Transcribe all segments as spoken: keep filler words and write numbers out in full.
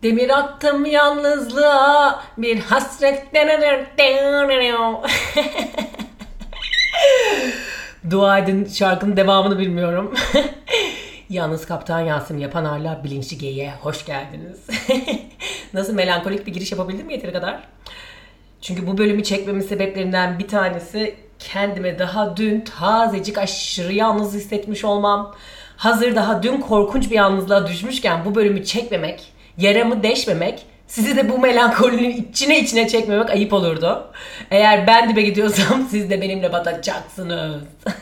Demir attım yalnızlığa bir hasret. Dua edin şarkının devamını bilmiyorum. Yalnız Kaptan Yasemin yapan hala bilinçli geyiğe hoş geldiniz. Nasıl melankolik bir giriş yapabildim mi yeteri kadar? Çünkü bu bölümü çekmemin sebeplerinden bir tanesi kendime daha dün tazecik aşırı yalnız hissetmiş olmam. Hazır daha dün korkunç bir yalnızlığa düşmüşken bu bölümü çekmemek, yaramı deşmemek, sizi de bu melankolinin içine içine çekmemek ayıp olurdu. Eğer ben dibe gidiyorsam siz de benimle batacaksınız.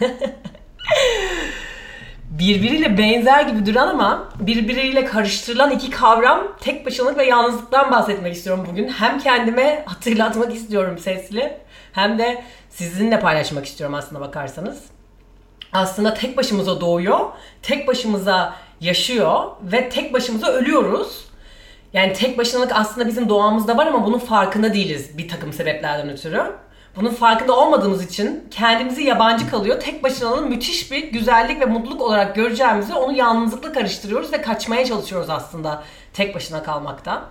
Birbiriyle benzer gibi duran ama birbiriyle karıştırılan iki kavram tek başınalık ve yalnızlıktan bahsetmek istiyorum bugün. Hem kendime hatırlatmak istiyorum sesli hem de sizinle paylaşmak istiyorum aslında bakarsanız. Aslında tek başımıza doğuyor, tek başımıza yaşıyor ve tek başımıza ölüyoruz. Yani tek başınalık aslında bizim doğamızda var ama bunun farkında değiliz bir takım sebeplerden ötürü. Bunun farkında olmadığımız için kendimizi yabancı kalıyor. Tek başınalığın müthiş bir güzellik ve mutluluk olarak göreceğimizi onu yalnızlıkla karıştırıyoruz ve kaçmaya çalışıyoruz aslında tek başına kalmaktan.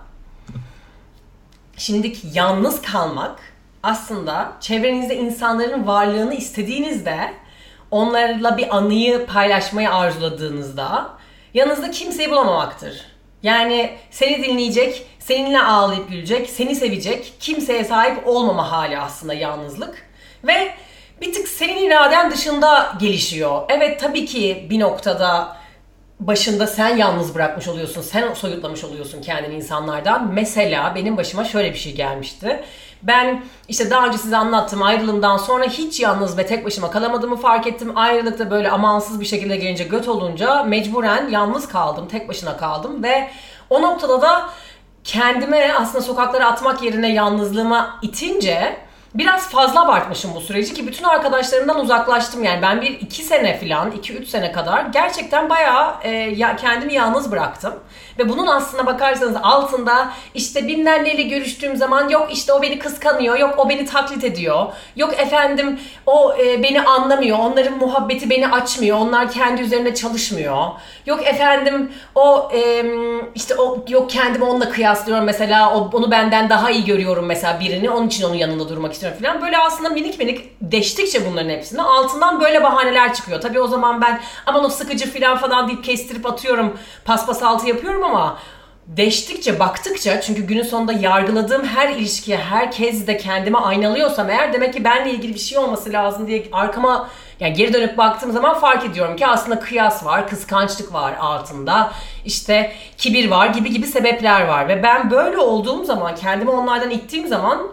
Şimdi yalnız kalmak aslında çevrenizde insanların varlığını istediğinizde, onlarla bir anıyı paylaşmayı arzuladığınızda yanınızda kimseyi bulamamaktır. Yani seni dinleyecek, seninle ağlayıp gülecek, seni sevecek kimseye sahip olmama hali aslında yalnızlık. Ve bir tık senin iraden dışında gelişiyor. Evet tabii ki bir noktada başında sen yalnız bırakmış oluyorsun, sen soyutlamış oluyorsun kendini insanlardan. Mesela benim başıma şöyle bir şey gelmişti. Ben işte daha önce size anlattım, ayrılığımdan sonra hiç yalnız ve tek başıma kalamadığımı fark ettim. Ayrılıkta böyle amansız bir şekilde gelince, göt olunca mecburen yalnız kaldım, tek başına kaldım ve o noktada da kendime aslında sokaklara atmak yerine yalnızlığıma itince biraz fazla abartmışım bu süreci ki bütün arkadaşlarımdan uzaklaştım. Yani ben bir iki sene falan, iki üç sene kadar gerçekten bayağı e, ya, kendimi yalnız bıraktım. Ve bunun aslına bakarsanız altında işte binlerle görüştüğüm zaman yok işte o beni kıskanıyor, yok o beni taklit ediyor, yok efendim o e, beni anlamıyor, onların muhabbeti beni açmıyor, onlar kendi üzerine çalışmıyor. Yok efendim o e, işte o yok kendimi onunla kıyaslıyorum mesela, o, onu benden daha iyi görüyorum mesela birini, onun için onun yanında durmak istiyorum falan. Böyle aslında minik minik deştikçe bunların hepsini altından böyle bahaneler çıkıyor. Tabii o zaman ben aman o sıkıcı falan falan deyip kestirip atıyorum, paspas altı yapıyorum ama deştikçe, baktıkça, çünkü günün sonunda yargıladığım her ilişkiye, herkes de kendime aynalıyorsam eğer demek ki benle ilgili bir şey olması lazım diye arkama yani geri dönüp baktığım zaman fark ediyorum ki aslında kıyas var, kıskançlık var altında, işte kibir var gibi gibi sebepler var ve ben böyle olduğum zaman, kendimi onlardan ittiğim zaman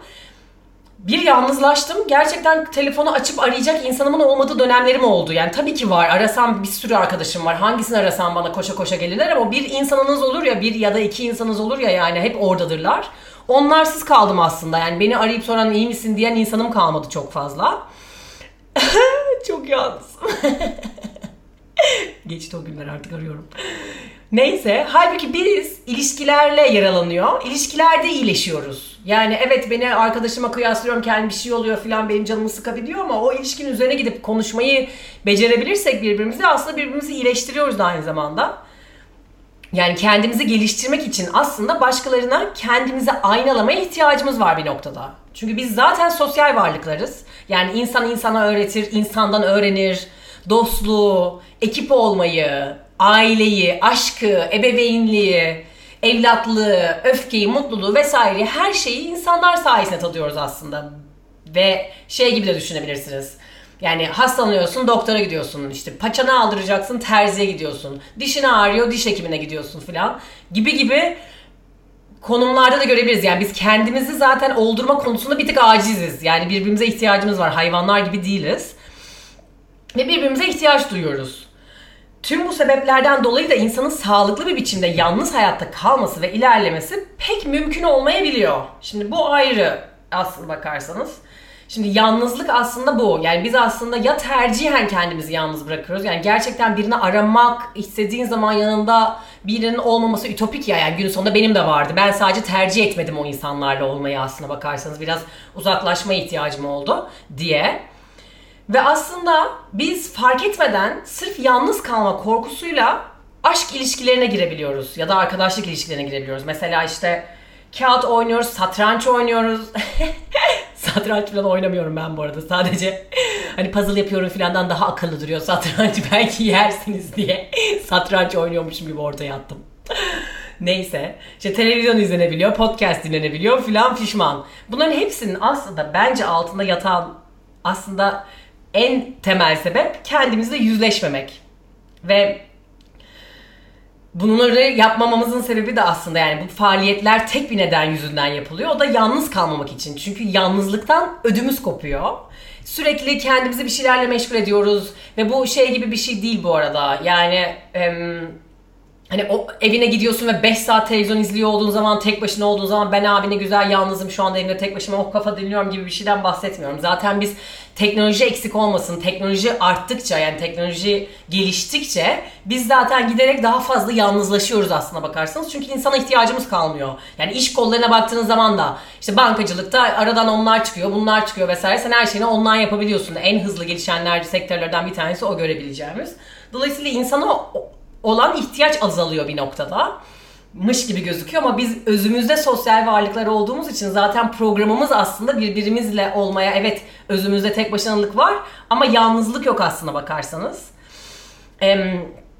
bir yalnızlaştım. Gerçekten telefonu açıp arayacak insanımın olmadığı dönemlerim oldu. Yani tabii ki var. Arasam bir sürü arkadaşım var. Hangisini arasam bana koşa koşa gelirler ama bir insanınız olur ya, bir ya da iki insanınız olur ya, yani hep oradadırlar. Onlarsız kaldım aslında. Yani beni arayıp soran iyi misin diyen insanım kalmadı çok fazla. Çok yalnızım. Geçti o günler, artık arıyorum. Neyse, halbuki biz ilişkilerle yaralanıyor, ilişkilerde iyileşiyoruz. Yani evet, beni arkadaşıma kıyaslıyorum, kendi bir şey oluyor falan, benim canımı sıkabiliyor ama o ilişkinin üzerine gidip konuşmayı becerebilirsek birbirimize aslında birbirimizi iyileştiriyoruz da aynı zamanda. Yani kendimizi geliştirmek için aslında başkalarına kendimizi aynalamaya ihtiyacımız var bir noktada. Çünkü biz zaten sosyal varlıklarız. Yani insan insana öğretir, insandan öğrenir, dostluğu, ekip olmayı, aileyi, aşkı, ebeveynliği, evlatlığı, öfkeyi, mutluluğu vesaire her şeyi insanlar sayesinde tadıyoruz aslında. Ve şey gibi de düşünebilirsiniz. Yani hastalanıyorsun, doktora gidiyorsun, işte paçanı aldıracaksın, terziye gidiyorsun, dişini ağrıyor, diş hekimine gidiyorsun filan gibi gibi konumlarda da görebiliriz. Yani biz kendimizi zaten oldurma konusunda bir tık aciziz. Yani birbirimize ihtiyacımız var, hayvanlar gibi değiliz. Ve birbirimize ihtiyaç duyuyoruz. Tüm bu sebeplerden dolayı da insanın sağlıklı bir biçimde yalnız hayatta kalması ve ilerlemesi pek mümkün olmayabiliyor. Şimdi bu ayrı aslında bakarsanız. Şimdi yalnızlık aslında bu. Yani biz aslında ya tercihen kendimizi yalnız bırakıyoruz. Yani gerçekten birini aramak, istediğin zaman yanında birinin olmaması ütopik ya. Yani günün sonunda benim de vardı. Ben sadece tercih etmedim o insanlarla olmayı aslında bakarsanız. Biraz uzaklaşma ihtiyacım oldu diye. Ve aslında biz fark etmeden sırf yalnız kalma korkusuyla aşk ilişkilerine girebiliyoruz ya da arkadaşlık ilişkilerine girebiliyoruz. Mesela işte kağıt oynuyoruz, satranç oynuyoruz. Satranç falan oynamıyorum ben bu arada. Sadece hani puzzle yapıyorum filandan daha akıllı duruyor satranç. Belki yersiniz diye satranç oynuyormuşum gibi ortaya attım. Neyse. İşte televizyon izlenebiliyor, podcast dinlenebiliyor filan fişman. Bunların hepsinin aslında bence altında yatan aslında en temel sebep kendimizle yüzleşmemek. Ve bunları yapmamamızın sebebi de aslında yani bu faaliyetler tek bir neden yüzünden yapılıyor. O da yalnız kalmamak için. Çünkü yalnızlıktan ödümüz kopuyor. Sürekli kendimizi bir şeylerle meşgul ediyoruz. Ve bu şey gibi bir şey değil bu arada. Yani em, hani o evine gidiyorsun ve beş saat televizyon izliyor olduğun zaman, tek başına olduğun zaman ben abi ne güzel yalnızım şu anda evimde tek başıma oh kafa dinliyorum gibi bir şeyden bahsetmiyorum. Zaten biz teknoloji eksik olmasın, teknoloji arttıkça yani teknoloji geliştikçe biz zaten giderek daha fazla yalnızlaşıyoruz aslına bakarsanız. Çünkü insana ihtiyacımız kalmıyor. Yani iş kollarına baktığınız zaman da işte bankacılıkta aradan onlar çıkıyor, bunlar çıkıyor vesaire. Sen her şeyini online yapabiliyorsun. En hızlı gelişenler sektörlerden bir tanesi o görebileceğimiz. Dolayısıyla insana olan ihtiyaç azalıyor bir noktada. Mış gibi gözüküyor ama biz özümüzde sosyal varlıklar olduğumuz için zaten programımız aslında birbirimizle olmaya, evet özümüzde tek başınalık var ama yalnızlık yok aslına bakarsanız. Ee,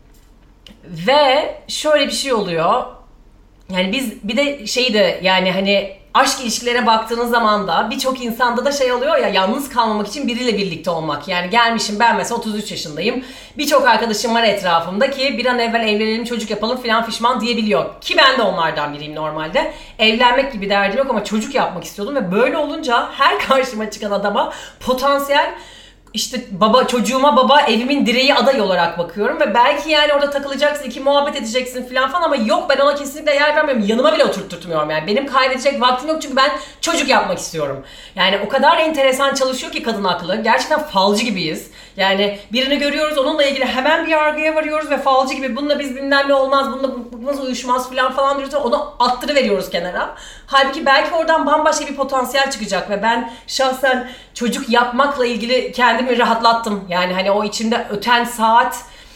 ve şöyle bir şey oluyor. Yani biz bir de şeyi de yani hani aşk ilişkilerine baktığınız zaman da birçok insanda da şey oluyor ya yalnız kalmamak için biriyle birlikte olmak. Yani gelmişim ben mesela otuz üç yaşındayım. Birçok arkadaşım var etrafımda ki bir an evvel evlenelim çocuk yapalım filan fişman diyebiliyor. Ki ben de onlardan biriyim normalde. Evlenmek gibi derdim yok ama çocuk yapmak istiyordum ve böyle olunca her karşıma çıkan adama potansiyel İşte baba çocuğuma baba evimin direği aday olarak bakıyorum ve belki yani orada takılacaksın, iki muhabbet edeceksin falan falan ama yok ben ona kesinlikle yer vermiyorum. Yanıma bile oturtturtmuyorum yani. Benim kaybedecek vaktim yok çünkü ben çocuk yapmak istiyorum. Yani o kadar enteresan çalışıyor ki kadın aklı. Gerçekten falcı gibiyiz. Yani birini görüyoruz onunla ilgili hemen bir yargıya varıyoruz ve falcı gibi bununla biz bilmem ne olmaz, bununla bununla uyuşmaz falan falan diyoruz. Onu attırıveriyoruz kenara. Halbuki belki oradan bambaşka bir potansiyel çıkacak ve ben şahsen çocuk yapmakla ilgili kendimi rahatlattım. Yani hani o içimde öten saat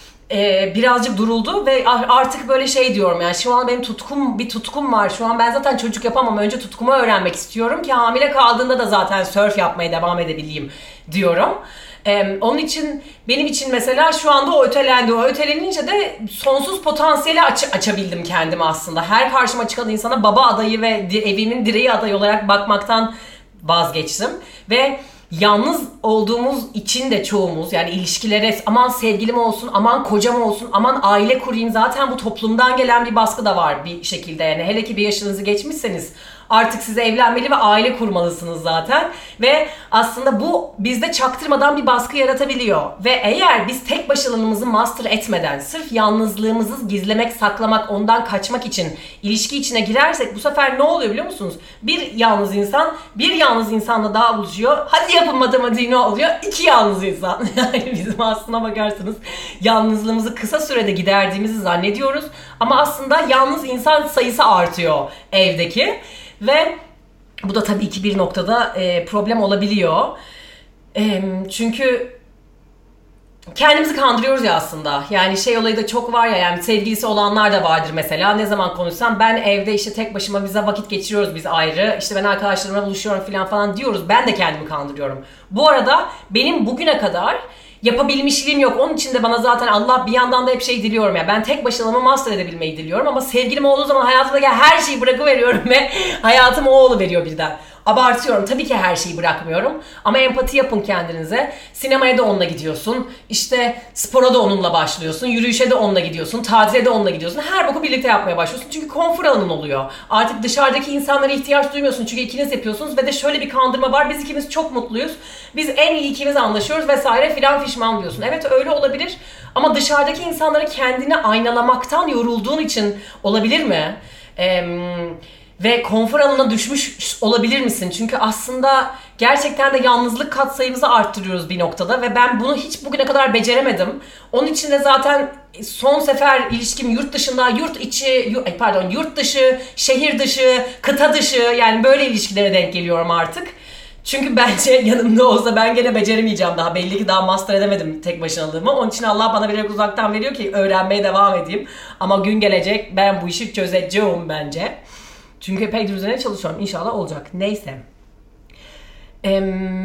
e, birazcık duruldu ve artık böyle şey diyorum yani şu an benim tutkum bir tutkum var. Şu an ben zaten çocuk yapamam. Önce tutkumu öğrenmek istiyorum ki hamile kaldığında da zaten surf yapmaya devam edebileyim diyorum. Ee, onun için benim için mesela şu anda o ötelendi. O ötelenince de sonsuz potansiyeli aç- açabildim kendime aslında. Her karşıma çıkan insana baba adayı ve di- evimin direği adayı olarak bakmaktan vazgeçtim. Ve yalnız olduğumuz için de çoğumuz yani ilişkilere aman sevgilim olsun, aman kocam olsun, aman aile kurayım. Zaten bu toplumdan gelen bir baskı da var bir şekilde. Yani hele ki bir yaşınızı geçmişseniz artık size evlenmeli ve aile kurmalısınız zaten. Ve aslında bu bizde çaktırmadan bir baskı yaratabiliyor. Ve eğer biz tek başınalığımızı master etmeden sırf yalnızlığımızı gizlemek, saklamak, ondan kaçmak için ilişki içine girersek bu sefer ne oluyor biliyor musunuz? Bir yalnız insan bir yalnız insanla daha buluşuyor. Hadi yapın matematiği ne oluyor? İki yalnız insan. Yani bizim aslına bakarsanız yalnızlığımızı kısa sürede giderdiğimizi zannediyoruz. Ama aslında yalnız insan sayısı artıyor evdeki. Ve bu da tabii ki bir noktada e, problem olabiliyor. E, çünkü kendimizi kandırıyoruz ya aslında. Yani şey olayı da çok var ya yani sevgilisi olanlar da vardır mesela. Ne zaman konuşsam ben evde işte tek başıma bize vakit geçiriyoruz biz ayrı. İşte ben arkadaşlarımla buluşuyorum falan falan diyoruz. Ben de kendimi kandırıyorum. Bu arada benim bugüne kadar yapabilmişliğim yok. Onun için de bana zaten Allah bir yandan da hep şey diliyorum ya. Ben tek başıma master edebilmeyi diliyorum ama sevgilim olduğu zaman hayatımdaki her şeyi bırakıveriyorum ve hayatım o oluveriyor birden. Abartıyorum. Tabii ki her şeyi bırakmıyorum. Ama empati yapın kendinize. Sinemaya da onunla gidiyorsun. İşte spora da onunla başlıyorsun. Yürüyüşe de onunla gidiyorsun. Tatile de onunla gidiyorsun. Her boku birlikte yapmaya başlıyorsun. Çünkü konfor alanın oluyor. Artık dışarıdaki insanlara ihtiyaç duymuyorsun. Çünkü ikiniz yapıyorsunuz ve de şöyle bir kandırma var. Biz ikimiz çok mutluyuz. Biz en iyi ikimiz anlaşıyoruz vesaire filan fişman diyorsun. Evet öyle olabilir. Ama dışarıdaki insanları kendini aynalamaktan yorulduğun için olabilir mi? Eee... Ve konfor alanına düşmüş olabilir misin? Çünkü aslında gerçekten de yalnızlık katsayımızı arttırıyoruz bir noktada ve ben bunu hiç bugüne kadar beceremedim. Onun için de zaten son sefer ilişkim yurt dışında, yurt içi, pardon yurt dışı, şehir dışı, kıta dışı yani böyle ilişkilere denk geliyorum artık. Çünkü bence yanımda olsa ben gene beceremeyeceğim daha. Belli ki daha master edemedim tek başınalığımı. Onun için Allah bana bilerek uzaktan veriyor ki öğrenmeye devam edeyim. Ama gün gelecek ben bu işi çözeceğim bence. Çünkü epeydir üzerine çalışıyorum. İnşallah olacak. Neyse. Ee,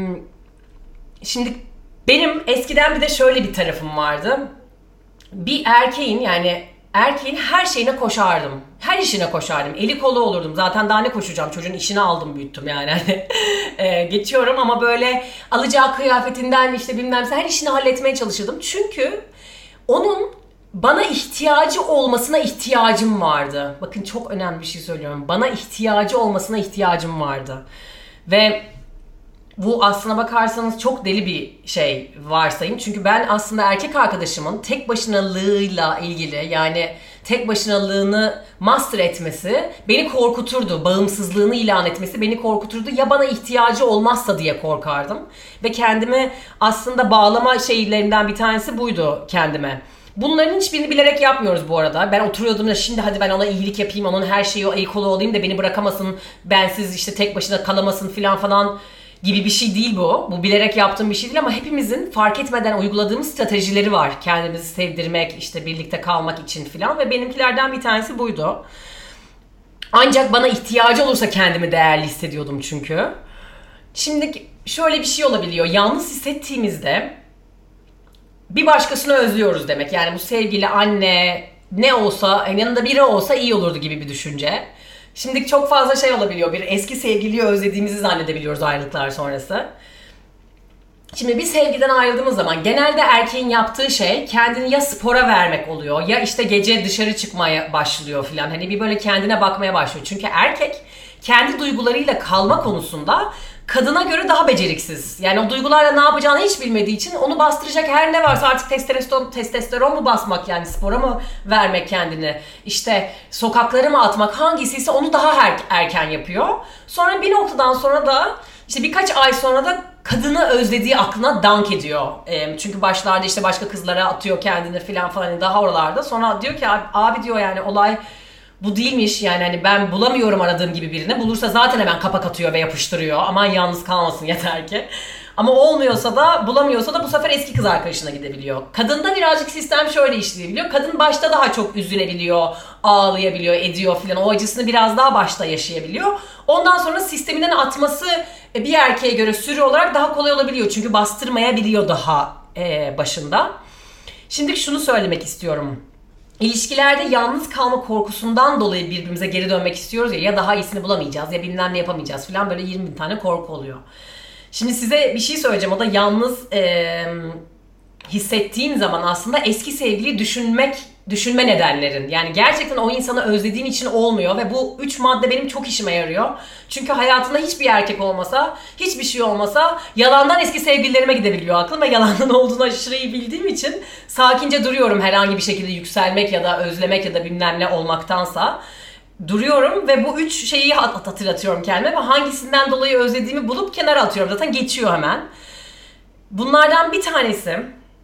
şimdi benim eskiden bir de şöyle bir tarafım vardı. Bir erkeğin yani erkeğin her şeyine koşardım. Her işine koşardım. Eli kolu olurdum. Zaten daha ne koşacağım? Çocuğun işini aldım büyüttüm yani. Hani e, geçiyorum ama böyle alacağı kıyafetinden işte bilmem her işini halletmeye çalışırdım. Çünkü onun bana ihtiyacı olmasına ihtiyacım vardı. Bakın çok önemli bir şey söylüyorum. Bana ihtiyacı olmasına ihtiyacım vardı. Ve bu aslına bakarsanız çok deli bir şey varsayım. Çünkü ben aslında erkek arkadaşımın tek başınalığıyla ilgili yani tek başınalığını master etmesi beni korkuturdu. Bağımsızlığını ilan etmesi beni korkuturdu. Ya bana ihtiyacı olmazsa diye korkardım. Ve kendimi aslında bağlama şeylerinden bir tanesi buydu kendime. Bunların hiçbirini bilerek yapmıyoruz bu arada. Ben oturuyordum da şimdi hadi ben ona iyilik yapayım, onun her şeyi o el kolu olayım da beni bırakamasın, bensiz işte tek başına kalamasın filan falan gibi bir şey değil bu. Bu bilerek yaptığım bir şey değil ama hepimizin fark etmeden uyguladığımız stratejileri var. Kendimizi sevdirmek, işte birlikte kalmak için filan ve benimkilerden bir tanesi buydu. Ancak bana ihtiyacı olursa kendimi değerli hissediyordum çünkü. Şimdi şöyle bir şey olabiliyor. Yalnız hissettiğimizde bir başkasını özlüyoruz demek. Yani bu sevgili, anne, ne olsa, yanında biri olsa iyi olurdu gibi bir düşünce. Şimdi çok fazla şey olabiliyor. Bir eski sevgiliyi özlediğimizi zannedebiliyoruz ayrılıklar sonrası. Şimdi bir sevgiden ayrıldığımız zaman genelde erkeğin yaptığı şey kendini ya spora vermek oluyor ya işte gece dışarı çıkmaya başlıyor filan. Hani bir böyle kendine bakmaya başlıyor. Çünkü erkek kendi duygularıyla kalma konusunda kadına göre daha beceriksiz. Yani o duygularla ne yapacağını hiç bilmediği için onu bastıracak her ne varsa artık testosteron, testosteron mu basmak yani spora mı vermek kendini, işte sokaklara mı atmak hangisiyse onu daha er- erken yapıyor. Sonra bir noktadan sonra da işte birkaç ay sonra da kadını özlediği aklına dank ediyor. E, çünkü başlarda işte başka kızlara atıyor kendini filan falan daha oralarda. Sonra diyor ki abi diyor yani olay bu değilmiş yani hani ben bulamıyorum aradığım gibi birini. Bulursa zaten hemen kapak atıyor ve yapıştırıyor. Aman yalnız kalmasın yeter ki. Ama olmuyorsa da bulamıyorsa da bu sefer eski kız arkadaşına gidebiliyor. Kadında birazcık sistem şöyle işleyebiliyor. Kadın başta daha çok üzülebiliyor, ağlayabiliyor, ediyor filan. O acısını biraz daha başta yaşayabiliyor. Ondan sonra sisteminden atması bir erkeğe göre süre olarak daha kolay olabiliyor. Çünkü bastırmayabiliyor daha başında. Şimdi şunu söylemek istiyorum. İlişkilerde yalnız kalma korkusundan dolayı birbirimize geri dönmek istiyoruz ya, ya daha iyisini bulamayacağız ya bilmem ne yapamayacağız falan böyle yirmi bin tane korku oluyor. Şimdi size bir şey söyleyeceğim, o da yalnız e, hissettiğin zaman aslında eski sevgiliyi düşünmek, düşünme nedenlerin. Yani gerçekten o insanı özlediğin için olmuyor ve bu üç madde benim çok işime yarıyor. Çünkü hayatında hiçbir erkek olmasa, hiçbir şey olmasa yalandan eski sevgililerime gidebiliyor aklım ve yalandan olduğunu aşırı iyi bildiğim için sakince duruyorum herhangi bir şekilde yükselmek ya da özlemek ya da bilmem ne olmaktansa. Duruyorum ve bu üç şeyi hatırlatıyorum kendime ve hangisinden dolayı özlediğimi bulup kenara atıyorum. Zaten geçiyor hemen. Bunlardan bir tanesi,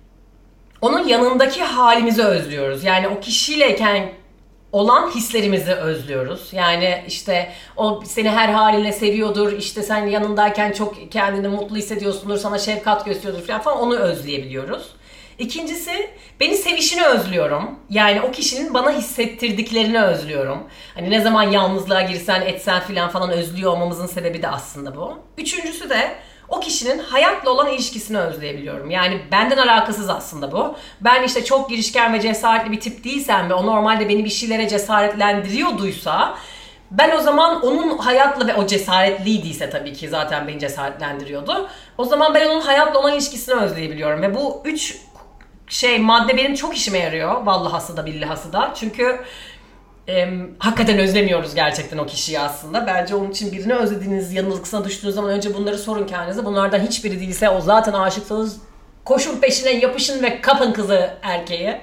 onun yanındaki halimizi özlüyoruz. Yani o kişiyleyken olan hislerimizi özlüyoruz. Yani işte o seni her haliyle seviyordur, işte sen yanındayken çok kendini mutlu hissediyorsundur, sana şefkat gösteriyordur falan, falan onu özleyebiliyoruz. İkincisi, beni sevişini özlüyorum. Yani o kişinin bana hissettirdiklerini özlüyorum. Hani ne zaman yalnızlığa girsen etsen filan falan özlüyor olmamızın sebebi de aslında bu. Üçüncüsü de o kişinin hayatla olan ilişkisini özleyebiliyorum. Yani benden alakasız aslında bu. Ben işte çok girişken ve cesaretli bir tip değilsem ve o normalde beni bir şeylere cesaretlendiriyorduysa ben o zaman onun hayatla ve o cesaretliydiyse tabii ki zaten beni cesaretlendiriyordu. O zaman ben onun hayatla olan ilişkisini özleyebiliyorum ve bu üç şey madde benim çok işime yarıyor. Vallahası da billahası da. Çünkü e, hakikaten özlemiyoruz gerçekten o kişiyi aslında. Bence onun için birini özlediğiniz, yanılgısına düştüğünüz zaman önce bunları sorun kendinize. Bunlardan hiçbiri değilse o zaten aşıksanız koşun peşine, yapışın ve kapın kızı erkeği.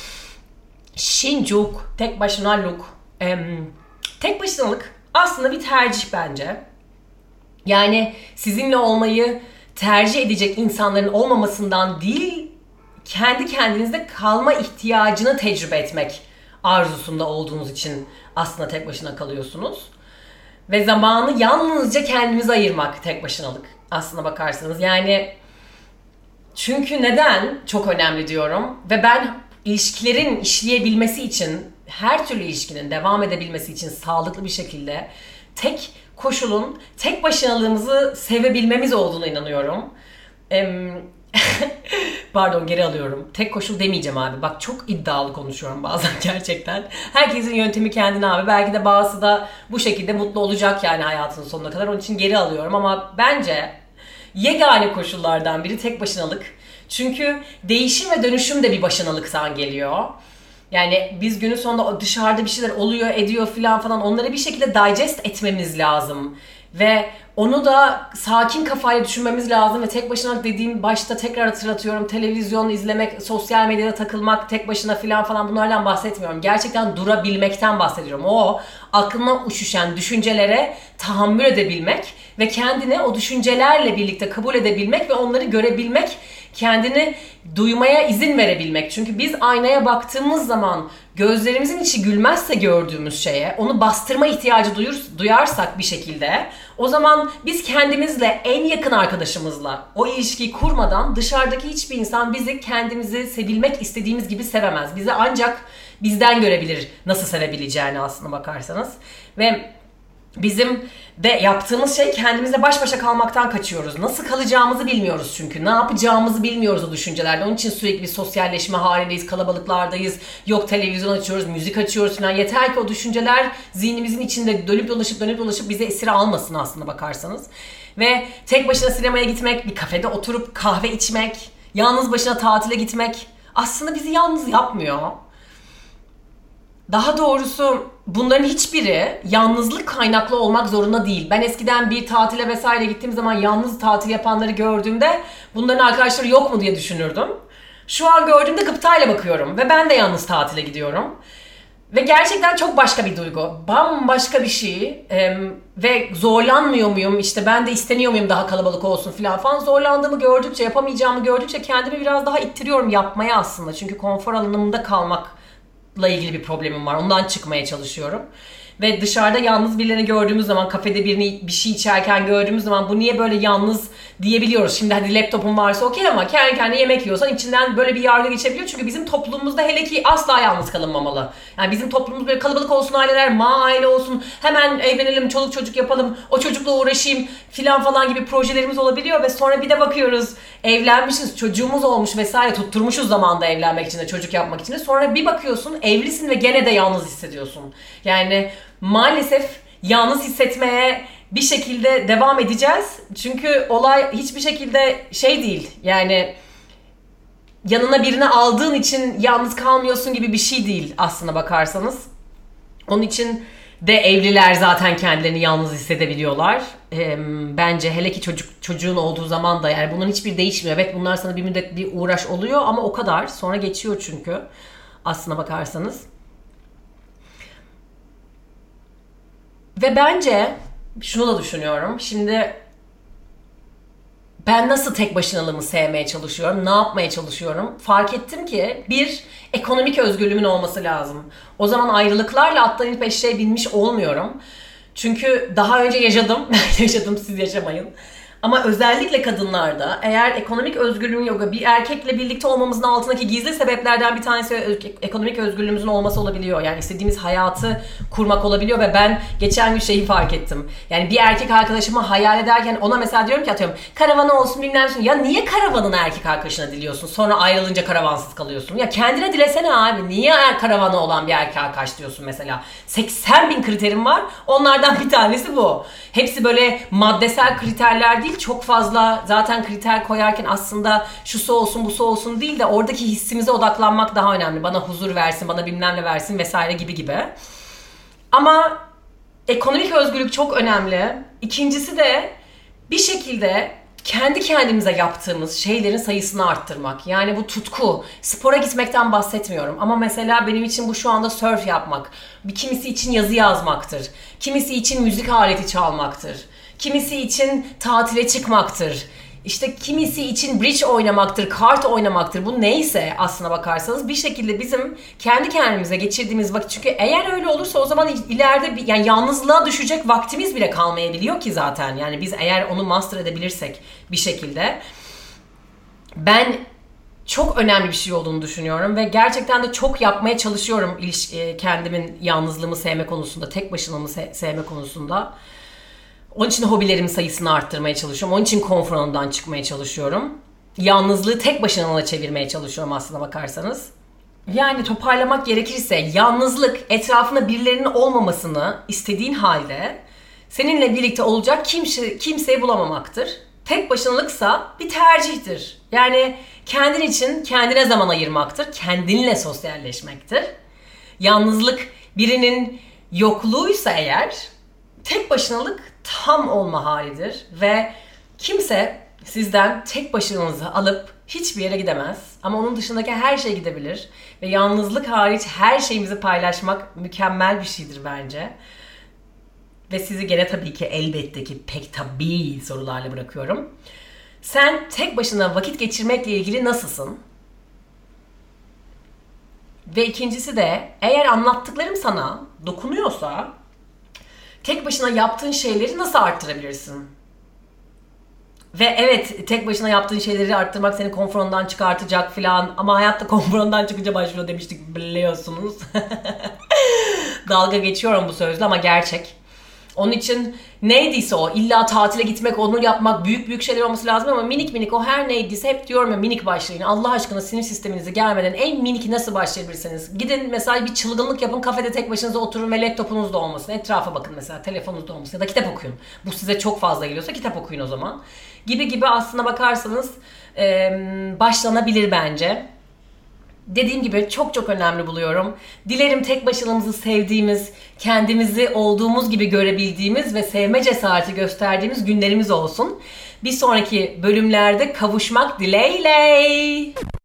Şincuk, tek başınaluk. E, tek başınalık aslında bir tercih bence. Yani sizinle olmayı tercih edecek insanların olmamasından değil, kendi kendinizde kalma ihtiyacını tecrübe etmek arzusunda olduğunuz için aslında tek başına kalıyorsunuz. Ve zamanı yalnızca kendinize ayırmak tek başınalık aslına bakarsanız. Yani çünkü neden çok önemli diyorum ve ben ilişkilerin işleyebilmesi için, her türlü ilişkinin devam edebilmesi için sağlıklı bir şekilde tek koşulun tek başınalığımızı sevebilmemiz olduğuna inanıyorum. Eee Pardon, geri alıyorum. Tek koşul demeyeceğim abi. Bak çok iddialı konuşuyorum bazen gerçekten. Herkesin yöntemi kendine abi. Belki de bazısı da bu şekilde mutlu olacak yani hayatının sonuna kadar. Onun için geri alıyorum ama bence yegane koşullardan biri tek başınalık. Çünkü değişim ve dönüşüm de bir başınalıktan geliyor. Yani biz günün sonunda dışarıda bir şeyler oluyor, ediyor filan falan, onları bir şekilde digest etmemiz lazım. Ve onu da sakin kafayla düşünmemiz lazım ve tek başına dediğim, başta tekrar hatırlatıyorum, televizyon izlemek, sosyal medyada takılmak, tek başına filan falan, bunlardan bahsetmiyorum. Gerçekten durabilmekten bahsediyorum. O aklına üşüşen düşüncelere tahammül edebilmek ve kendini o düşüncelerle birlikte kabul edebilmek ve onları görebilmek, kendini duymaya izin verebilmek. Çünkü biz aynaya baktığımız zaman gözlerimizin içi gülmezse gördüğümüz şeye, onu bastırma ihtiyacı duyur, duyarsak bir şekilde, o zaman biz kendimizle, en yakın arkadaşımızla o ilişkiyi kurmadan dışarıdaki hiçbir insan bizi, kendimizi sevilmek istediğimiz gibi sevemez. Bizi ancak bizden görebilir nasıl sevebileceğini aslına bakarsanız. Ve bizim de yaptığımız şey, kendimizle baş başa kalmaktan kaçıyoruz. Nasıl kalacağımızı bilmiyoruz çünkü. Ne yapacağımızı bilmiyoruz o düşüncelerde. Onun için sürekli bir sosyalleşme halindeyiz, kalabalıklardayız. Yok televizyon açıyoruz, müzik açıyoruz falan. Yeter ki o düşünceler zihnimizin içinde dönüp dolaşıp dönüp dolaşıp bize esir almasın aslında bakarsanız. Ve tek başına sinemaya gitmek, bir kafede oturup kahve içmek, yalnız başına tatile gitmek aslında bizi yalnız yapmıyor. Daha doğrusu bunların hiçbiri yalnızlık kaynaklı olmak zorunda değil. Ben eskiden bir tatile vesaire gittiğim zaman yalnız tatil yapanları gördüğümde bunların arkadaşları yok mu diye düşünürdüm. Şu an gördüğümde gıptayla bakıyorum ve ben de yalnız tatile gidiyorum. Ve gerçekten çok başka bir duygu. Bambaşka bir şey. Ee, ve zorlanmıyor muyum? İşte ben de isteniyor muyum daha kalabalık olsun falan falan. Zorlandığımı gördükçe, yapamayacağımı gördükçe kendimi biraz daha ittiriyorum yapmaya aslında. Çünkü konfor alanımda kalmakla ilgili bir problemim var. Ondan çıkmaya çalışıyorum. Ve dışarıda yalnız birilerini gördüğümüz zaman, kafede birini bir şey içerken gördüğümüz zaman bu niye böyle yalnız diyebiliyoruz. Şimdi hadi laptopun varsa okey ama kendi kendine yemek yiyorsan içinden böyle bir yargı geçebiliyor. Çünkü bizim toplumumuzda hele ki asla yalnız kalınmamalı. Yani bizim toplumumuz böyle kalabalık olsun aileler, ma aile olsun, hemen evlenelim, çoluk çocuk yapalım, o çocukla uğraşayım filan falan gibi projelerimiz olabiliyor. Ve sonra bir de bakıyoruz evlenmişiz, çocuğumuz olmuş vesaire, tutturmuşuz zamanda evlenmek için de, çocuk yapmak için de. Sonra bir bakıyorsun evlisin ve gene de yalnız hissediyorsun. Yani maalesef yalnız hissetmeye bir şekilde devam edeceğiz. Çünkü olay hiçbir şekilde şey değil. Yani yanına birini aldığın için yalnız kalmıyorsun gibi bir şey değil aslına bakarsanız. Onun için de evliler zaten kendilerini yalnız hissedebiliyorlar. Ee, bence hele ki çocuk çocuğun olduğu zaman da yani bunların hiçbir değişmiyor. Evet, bunlar sana bir müddet bir uğraş oluyor ama o kadar. Sonra geçiyor çünkü aslına bakarsanız. Ve bence şunu da düşünüyorum. Şimdi ben nasıl tek başınalığımı sevmeye çalışıyorum? Ne yapmaya çalışıyorum? Fark ettim ki bir, ekonomik özgürlüğümün olması lazım. O zaman ayrılıklarla atlayıp eşeğe binmiş olmuyorum. Çünkü daha önce yaşadım. yaşadım, siz yaşamayın. Ama özellikle kadınlarda eğer ekonomik özgürlüğün yok, bir erkekle birlikte olmamızın altındaki gizli sebeplerden bir tanesi ekonomik özgürlüğümüzün olması olabiliyor. Yani istediğimiz hayatı kurmak olabiliyor ve ben geçen gün şeyi fark ettim. Yani bir erkek arkadaşımı hayal ederken ona mesela diyorum ki, atıyorum karavanı olsun bilmem ne. Ya niye karavanını erkek arkadaşına diliyorsun? Sonra ayrılınca karavansız kalıyorsun. Ya kendine dilesene abi. Niye karavanı olan bir erkek arkadaş diyorsun mesela? seksen bin kriterim var. Onlardan bir tanesi bu. Hepsi böyle maddesel kriterler değil. Çok fazla zaten kriter koyarken aslında şusu olsun busu olsun değil de oradaki hissimize odaklanmak daha önemli. Bana huzur versin, bana bilmem ne versin vesaire gibi gibi. Ama ekonomik özgürlük çok önemli. İkincisi de bir şekilde kendi kendimize yaptığımız şeylerin sayısını arttırmak. Yani bu tutku, spora gitmekten bahsetmiyorum. Ama mesela benim için bu şu anda surf yapmak. Bir kimisi için yazı yazmaktır. Kimisi için müzik aleti çalmaktır. Kimisi için tatile çıkmaktır. İşte kimisi için bridge oynamaktır, kart oynamaktır. Bu neyse aslına bakarsanız bir şekilde bizim kendi kendimize geçirdiğimiz vakit. Çünkü eğer öyle olursa o zaman ileride bir, yani yalnızlığa düşecek vaktimiz bile kalmayabiliyor ki zaten. Yani biz eğer onu master edebilirsek bir şekilde. Ben çok önemli bir şey olduğunu düşünüyorum ve gerçekten de çok yapmaya çalışıyorum iliş- kendimin yalnızlığımı sevme konusunda, tek başınamı se- sevme konusunda. Onun için hobilerimin sayısını arttırmaya çalışıyorum. Onun için konfor alanından çıkmaya çalışıyorum. Yalnızlığı tek başına çevirmeye çalışıyorum aslına bakarsanız. Yani toparlamak gerekirse yalnızlık etrafında birilerinin olmamasını istediğin halde seninle birlikte olacak kimse, kimseyi bulamamaktır. Tek başınalıksa bir tercihtir. Yani kendin için kendine zaman ayırmaktır. Kendinle sosyalleşmektir. Yalnızlık birinin yokluğuysa eğer tek başınalık tam olma halidir ve kimse sizden tek başınızı alıp hiçbir yere gidemez. Ama onun dışındaki her şey gidebilir. Ve yalnızlık hariç her şeyimizi paylaşmak mükemmel bir şeydir bence. Ve sizi gene tabii ki elbette ki pek tabii sorularla bırakıyorum. Sen tek başına vakit geçirmekle ilgili nasılsın? Ve ikincisi de eğer anlattıklarım sana dokunuyorsa tek başına yaptığın şeyleri nasıl arttırabilirsin? Ve evet, tek başına yaptığın şeyleri arttırmak seni konforundan çıkartacak filan. Ama hayatta konforundan çıkınca başlıyor demiştik biliyorsunuz. Dalga geçiyorum bu sözle ama gerçek. Onun için neydiyse o, illa tatile gitmek, onu yapmak, büyük büyük şeyler olması lazım ama minik minik o her neydiyse hep diyorum ya minik başlayın. Allah aşkına sinir sisteminize gelmeden en minik nasıl başlayabilirsiniz? Gidin mesela bir çılgınlık yapın, kafede tek başınıza oturun ve laptopunuz da olmasın. Etrafa bakın mesela, telefonunuz da olmasın ya da kitap okuyun. Bu size çok fazla geliyorsa kitap okuyun o zaman. Gibi gibi aslına bakarsanız ee, başlanabilir bence. Dediğim gibi çok çok önemli buluyorum. Dilerim tek başınamızı sevdiğimiz, kendimizi olduğumuz gibi görebildiğimiz ve sevme cesareti gösterdiğimiz günlerimiz olsun. Bir sonraki bölümlerde kavuşmak dileğiyle.